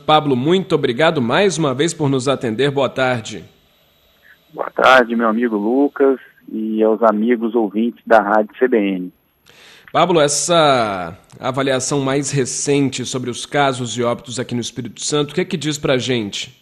Pablo, muito obrigado mais uma vez por nos atender. Boa tarde. Boa tarde, meu amigo Lucas e aos amigos ouvintes da Rádio CBN. Pablo, essa avaliação mais recente sobre os casos de óbitos aqui no Espírito Santo, o que é que diz pra gente?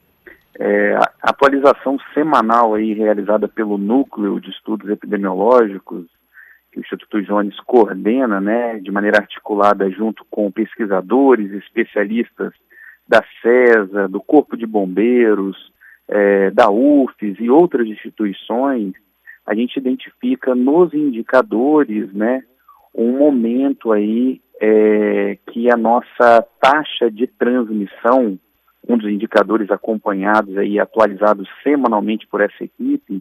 A atualização semanal aí realizada pelo Núcleo de Estudos Epidemiológicos, que o Instituto Jones coordena, né, de maneira articulada junto com pesquisadores, especialistas da CESA, do Corpo de Bombeiros, da UFES e outras instituições, a gente identifica nos indicadores, né, um momento aí que a nossa taxa de transmissão, um dos indicadores acompanhados aí, atualizados semanalmente por essa equipe,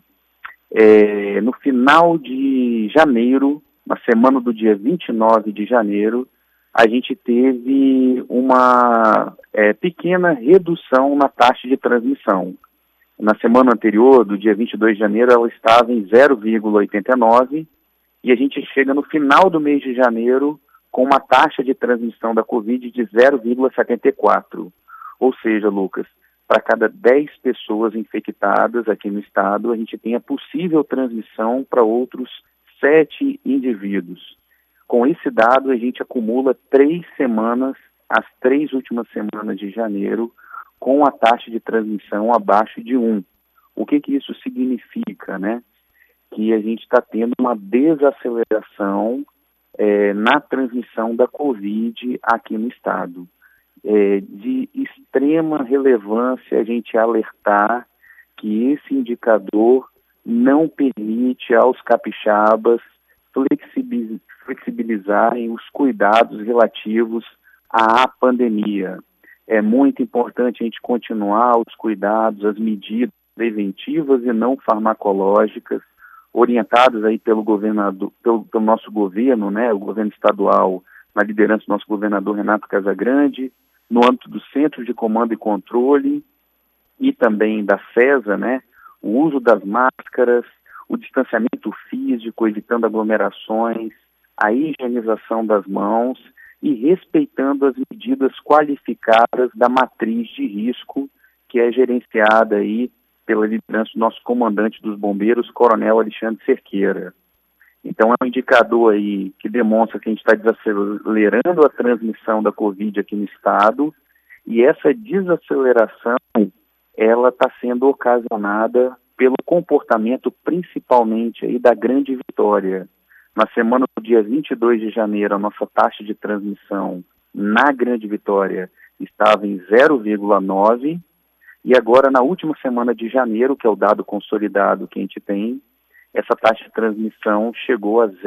no final de janeiro, na semana do dia 29 de janeiro, a gente teve uma pequena redução na taxa de transmissão. Na semana anterior, do dia 22 de janeiro, ela estava em 0,89 e a gente chega no final do mês de janeiro com uma taxa de transmissão da Covid de 0,74. Ou seja, Lucas, para cada 10 pessoas infectadas aqui no estado, a gente tem a possível transmissão para outros 7 indivíduos. Com esse dado, a gente acumula 3 semanas, as 3 últimas semanas de janeiro, com a taxa de transmissão abaixo de 1. O que isso significa, né? Que a gente está tendo uma desaceleração na transmissão da Covid aqui no estado. De extrema relevância a gente alertar que esse indicador não permite aos capixabas flexibilizarem os cuidados relativos à pandemia. É muito importante a gente continuar os cuidados, as medidas preventivas e não farmacológicas, orientadas aí pelo governador, pelo nosso governo, né, o governo estadual, na liderança do nosso governador Renato Casagrande, no âmbito do Centro de Comando e Controle e também da CESA, né, o uso das máscaras, o distanciamento físico, evitando aglomerações, a higienização das mãos e respeitando as medidas qualificadas da matriz de risco que é gerenciada aí pela liderança do nosso comandante dos bombeiros, Coronel Alexandre Cerqueira. Então é um indicador aí que demonstra que a gente está desacelerando a transmissão da Covid aqui no estado e essa desaceleração ela está sendo ocasionada pelo comportamento principalmente aí da Grande Vitória. Na semana do dia 22 de janeiro, a nossa taxa de transmissão na Grande Vitória estava em 0,9 e agora na última semana de janeiro, que é o dado consolidado que a gente tem, essa taxa de transmissão chegou a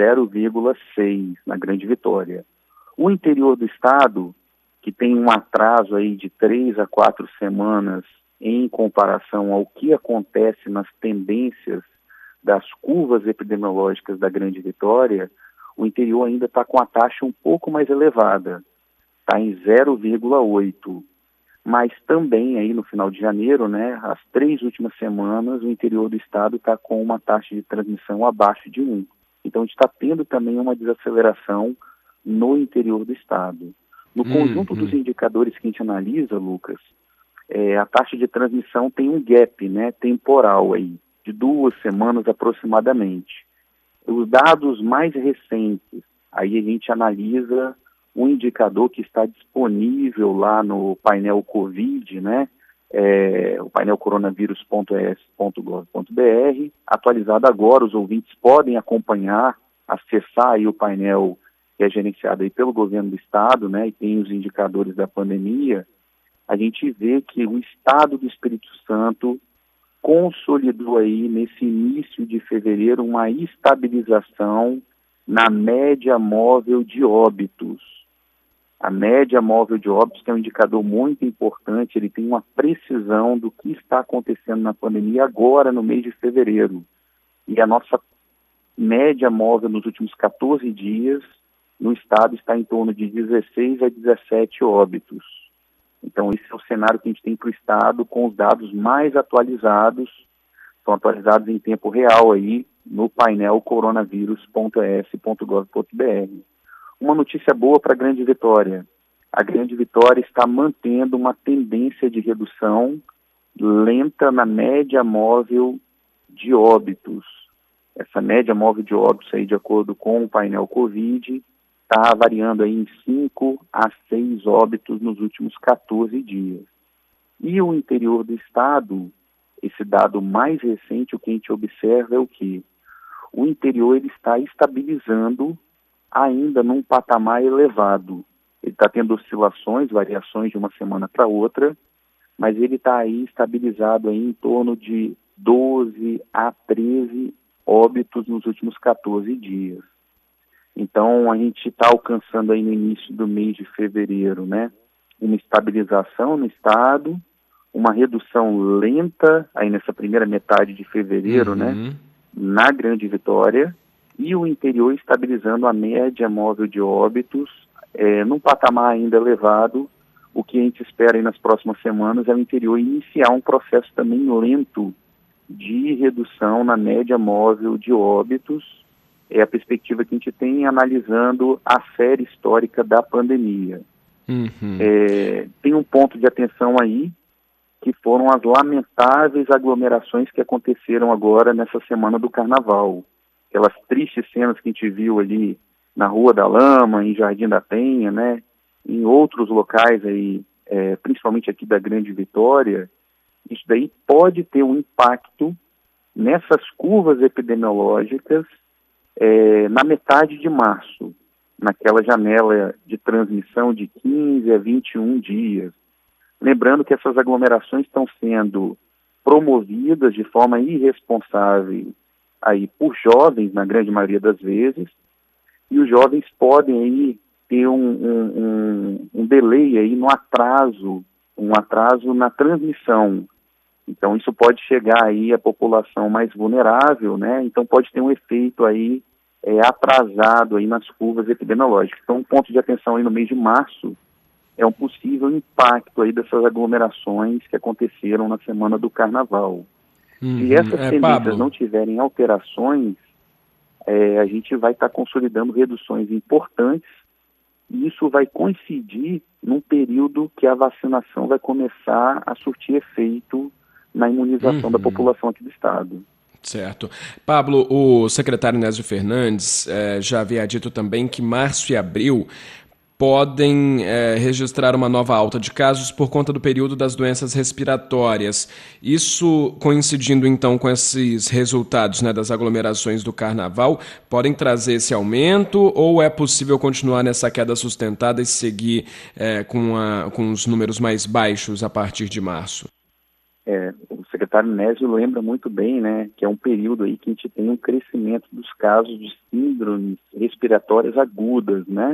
0,6 na Grande Vitória. O interior do estado, que tem um atraso aí de 3 a 4 semanas em comparação ao que acontece nas tendências das curvas epidemiológicas da Grande Vitória, o interior ainda está com a taxa um pouco mais elevada, está em 0,8. Mas também aí no final de janeiro, né, as 3 últimas semanas, o interior do estado está com uma taxa de transmissão abaixo de 1. Então a gente está tendo também uma desaceleração no interior do estado. No conjunto dos indicadores que a gente analisa, Lucas, a taxa de transmissão tem um gap, né, temporal aí, de 2 semanas aproximadamente. Os dados mais recentes, aí a gente analisa um indicador que está disponível lá no painel Covid, né? O painel coronavírus.es.gov.br, atualizado agora, os ouvintes podem acompanhar, acessar aí o painel que é gerenciado aí pelo governo do estado, né? E tem os indicadores da pandemia. A gente vê que o estado do Espírito Santo consolidou aí nesse início de fevereiro uma estabilização na média móvel de óbitos. A média móvel de óbitos é um indicador muito importante, ele tem uma precisão do que está acontecendo na pandemia agora no mês de fevereiro. E a nossa média móvel nos últimos 14 dias no estado está em torno de 16 a 17 óbitos. Então esse é o cenário que a gente tem para o estado com os dados mais atualizados, são atualizados em tempo real aí no painel coronavírus.es.gov.br. Uma notícia boa para a Grande Vitória. a Grande Vitória está mantendo uma tendência de redução lenta na média móvel de óbitos. Essa média móvel de óbitos, aí, de acordo com o painel Covid, está variando aí em 5 a 6 óbitos nos últimos 14 dias. E o interior do estado, esse dado mais recente, o que a gente observa é o quê? O interior ele está estabilizando ainda num patamar elevado. Ele está tendo oscilações, variações de uma semana para outra, mas ele está aí estabilizado aí em torno de 12 a 13 óbitos nos últimos 14 dias. Então, a gente está alcançando aí no início do mês de fevereiro, né, uma estabilização no estado, uma redução lenta aí nessa primeira metade de fevereiro, né, na Grande Vitória, e o interior estabilizando a média móvel de óbitos num patamar ainda elevado. O que a gente espera aí nas próximas semanas é o interior iniciar um processo também lento de redução na média móvel de óbitos. É a perspectiva que a gente tem analisando a série histórica da pandemia. Tem um ponto de atenção aí, que foram as lamentáveis aglomerações que aconteceram agora nessa semana do Carnaval. Aquelas tristes cenas que a gente viu ali na Rua da Lama, em Jardim da Penha, né, em outros locais aí, principalmente aqui da Grande Vitória. Isso daí pode ter um impacto nessas curvas epidemiológicas na metade de março, naquela janela de transmissão de 15 a 21 dias. Lembrando que essas aglomerações estão sendo promovidas de forma irresponsável aí por jovens, na grande maioria das vezes, e os jovens podem aí ter um delay aí no atraso, um atraso na transmissão. Então isso pode chegar aí à população mais vulnerável, né? Então pode ter um efeito aí atrasado aí nas curvas epidemiológicas. Então um ponto de atenção aí no mês de março é um possível impacto aí dessas aglomerações que aconteceram na semana do Carnaval. Se essas tendências Pablo, não tiverem alterações, a gente vai estar consolidando reduções importantes, e isso vai coincidir num período que a vacinação vai começar a surtir efeito na imunização da população aqui do estado. Certo. Pablo, o secretário Nésio Fernandes já havia dito também que março e abril podem registrar uma nova alta de casos por conta do período das doenças respiratórias. Isso coincidindo então com esses resultados, né, das aglomerações do Carnaval, podem trazer esse aumento ou é possível continuar nessa queda sustentada e seguir com os números mais baixos a partir de março? O secretário Nésio lembra muito bem, né, que é um período aí que a gente tem um crescimento dos casos de síndromes respiratórias agudas, né?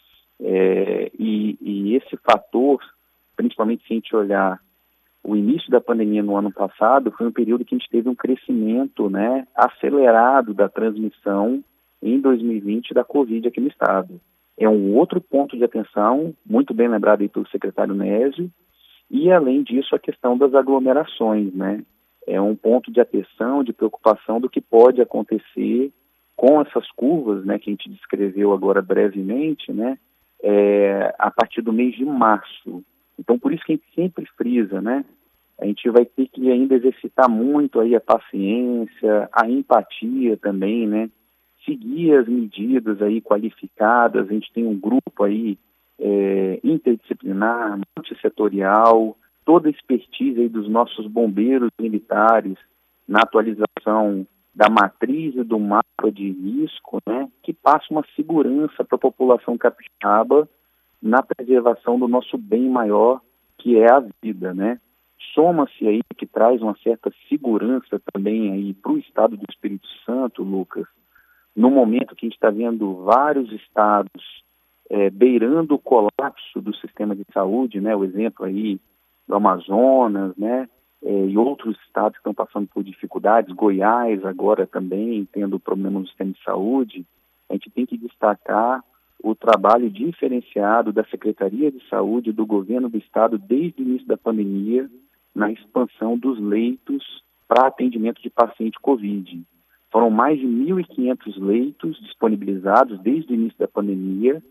E esse fator, principalmente se a gente olhar o início da pandemia no ano passado, foi um período que a gente teve um crescimento, né, acelerado da transmissão em 2020 da Covid aqui no estado. É um outro ponto de atenção, muito bem lembrado aí pelo secretário Nésio, e além disso a questão das aglomerações, né? É um ponto de atenção, de preocupação do que pode acontecer com essas curvas, né, que a gente descreveu agora brevemente, né, a partir do mês de março. Então, por isso que a gente sempre frisa, né? A gente vai ter que ainda exercitar muito aí a paciência, a empatia também, né? Seguir as medidas aí qualificadas. A gente tem um grupo aí interdisciplinar, multissetorial, toda a expertise aí dos nossos bombeiros militares na atualização da matriz e do mapa de risco, né, que passa uma segurança para a população capixaba na preservação do nosso bem maior, que é a vida, né. Soma-se aí que traz uma certa segurança também aí para o estado do Espírito Santo, Lucas, no momento que a gente está vendo vários estados beirando o colapso do sistema de saúde, né, o exemplo aí do Amazonas, né, e outros estados que estão passando por dificuldades, Goiás agora também tendo problemas no sistema de saúde. A gente tem que destacar o trabalho diferenciado da Secretaria de Saúde do governo do estado desde o início da pandemia na expansão dos leitos para atendimento de paciente Covid. Foram mais de 1.500 leitos disponibilizados desde o início da pandemia,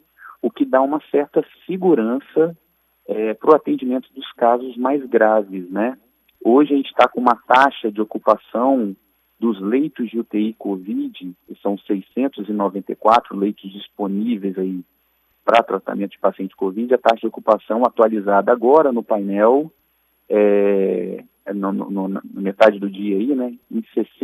o que dá uma certa segurança para o atendimento dos casos mais graves, né? Hoje a gente está com uma taxa de ocupação dos leitos de UTI Covid, que são 694 leitos disponíveis aí para tratamento de paciente Covid, a taxa de ocupação atualizada agora no painel, na metade do dia aí, né, em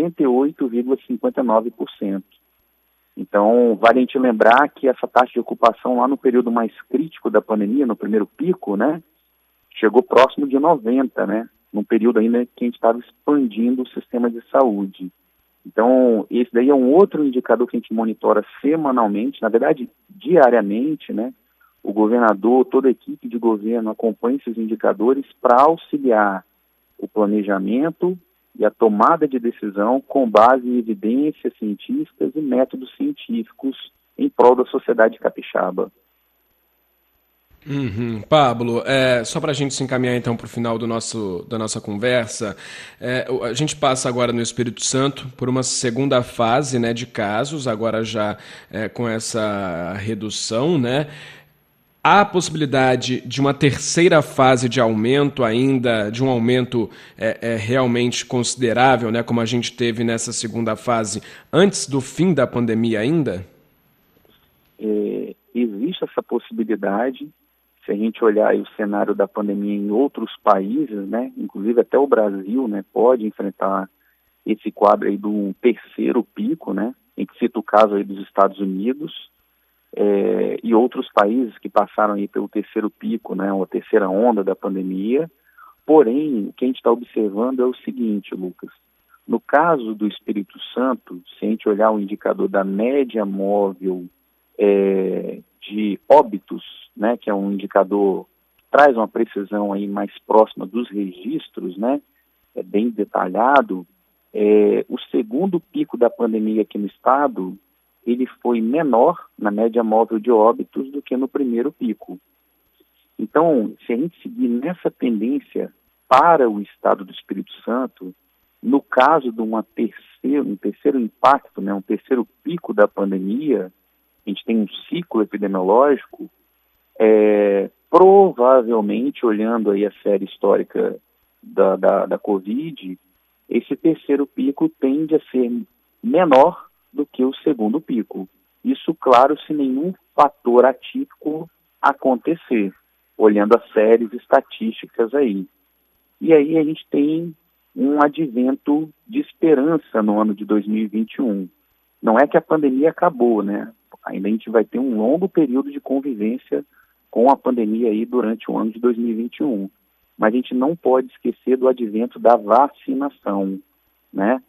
68,59%. Então, vale a gente lembrar que essa taxa de ocupação lá no período mais crítico da pandemia, no primeiro pico, né, chegou próximo de 90%, né, num período ainda que a gente estava expandindo o sistema de saúde. Então, esse daí é um outro indicador que a gente monitora semanalmente, na verdade, diariamente, né? O governador, toda a equipe de governo acompanha esses indicadores para auxiliar o planejamento e a tomada de decisão com base em evidências científicas e métodos científicos em prol da sociedade capixaba. Pablo, só para a gente se encaminhar então para o final da nossa conversa, a gente passa agora no Espírito Santo por uma segunda fase, né, de casos, agora já com essa redução, né? Há a possibilidade de uma terceira fase de aumento ainda, de um aumento realmente considerável, né, como a gente teve nessa segunda fase, antes do fim da pandemia ainda? Existe essa possibilidade. Se a gente olhar aí o cenário da pandemia em outros países, né, inclusive até o Brasil, né, pode enfrentar esse quadro aí do terceiro pico, né, em que cita o caso aí dos Estados Unidos, e outros países que passaram aí pelo terceiro pico, né, uma terceira onda da pandemia. Porém, o que a gente está observando é o seguinte, Lucas, no caso do Espírito Santo, se a gente olhar o indicador da média móvel de óbitos, né, que é um indicador que traz uma precisão aí mais próxima dos registros, né, bem detalhado, o segundo pico da pandemia aqui no estado, ele foi menor na média móvel de óbitos do que no primeiro pico. Então, se a gente seguir nessa tendência para o estado do Espírito Santo, no caso de um terceiro impacto, né, um terceiro pico da pandemia, a gente tem um ciclo epidemiológico, provavelmente, olhando aí a série histórica da Covid, esse terceiro pico tende a ser menor do que o segundo pico. Isso, claro, se nenhum fator atípico acontecer, olhando as séries estatísticas aí. E aí a gente tem um advento de esperança no ano de 2021. Não é que a pandemia acabou, né? Ainda a gente vai ter um longo período de convivência com a pandemia aí durante o ano de 2021. Mas a gente não pode esquecer do advento da vacinação, né?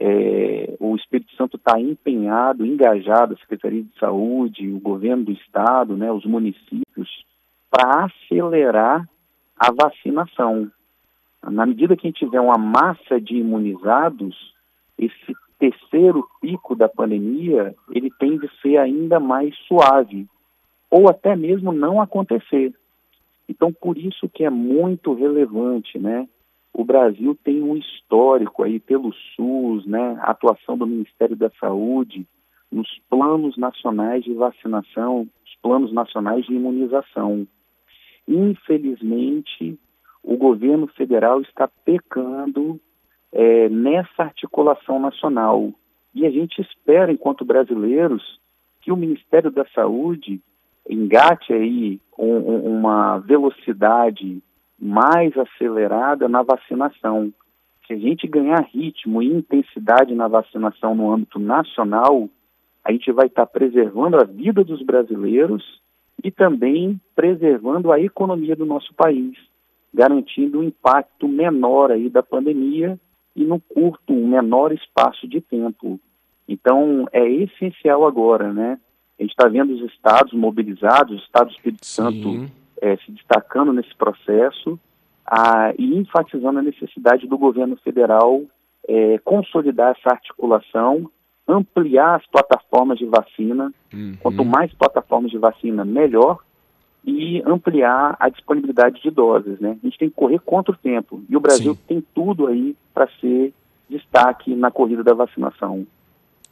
O Espírito Santo está empenhado, engajado, a Secretaria de Saúde, o governo do estado, né, os municípios, para acelerar a vacinação. Na medida que a gente tiver uma massa de imunizados, esse terceiro pico da pandemia, ele tende a ser ainda mais suave, ou até mesmo não acontecer. Então, por isso que é muito relevante, né? O Brasil tem um histórico aí pelo SUS, né? A atuação do Ministério da Saúde nos planos nacionais de vacinação, os planos nacionais de imunização. Infelizmente, o governo federal está pecando nessa articulação nacional. E a gente espera, enquanto brasileiros, que o Ministério da Saúde engate aí uma velocidade mais acelerada na vacinação. Se a gente ganhar ritmo e intensidade na vacinação no âmbito nacional, a gente vai estar preservando a vida dos brasileiros e também preservando a economia do nosso país, garantindo um impacto menor aí da pandemia e no curto, um menor espaço de tempo. Então, é essencial agora, né? A gente está vendo os estados mobilizados, o estado do Espírito Santo se destacando nesse processo e enfatizando a necessidade do governo federal consolidar essa articulação, ampliar as plataformas de vacina. Quanto mais plataformas de vacina, melhor, e ampliar a disponibilidade de doses, né? A gente tem que correr contra o tempo, e o Brasil tem tudo aí para ser destaque na corrida da vacinação.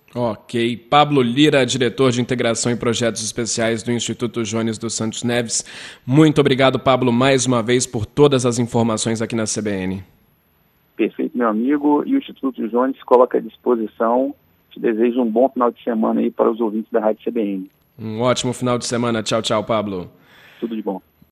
Ok. Pablo Lira, diretor de Integração e Projetos Especiais do Instituto Jones dos Santos Neves. Muito obrigado, Pablo, mais uma vez por todas as informações aqui na CBN. Perfeito, meu amigo. E o Instituto Jones se coloca à disposição. Te desejo um bom final de semana aí para os ouvintes da Rádio CBN. Um ótimo final de semana. Tchau, tchau, Pablo. Tudo de bom.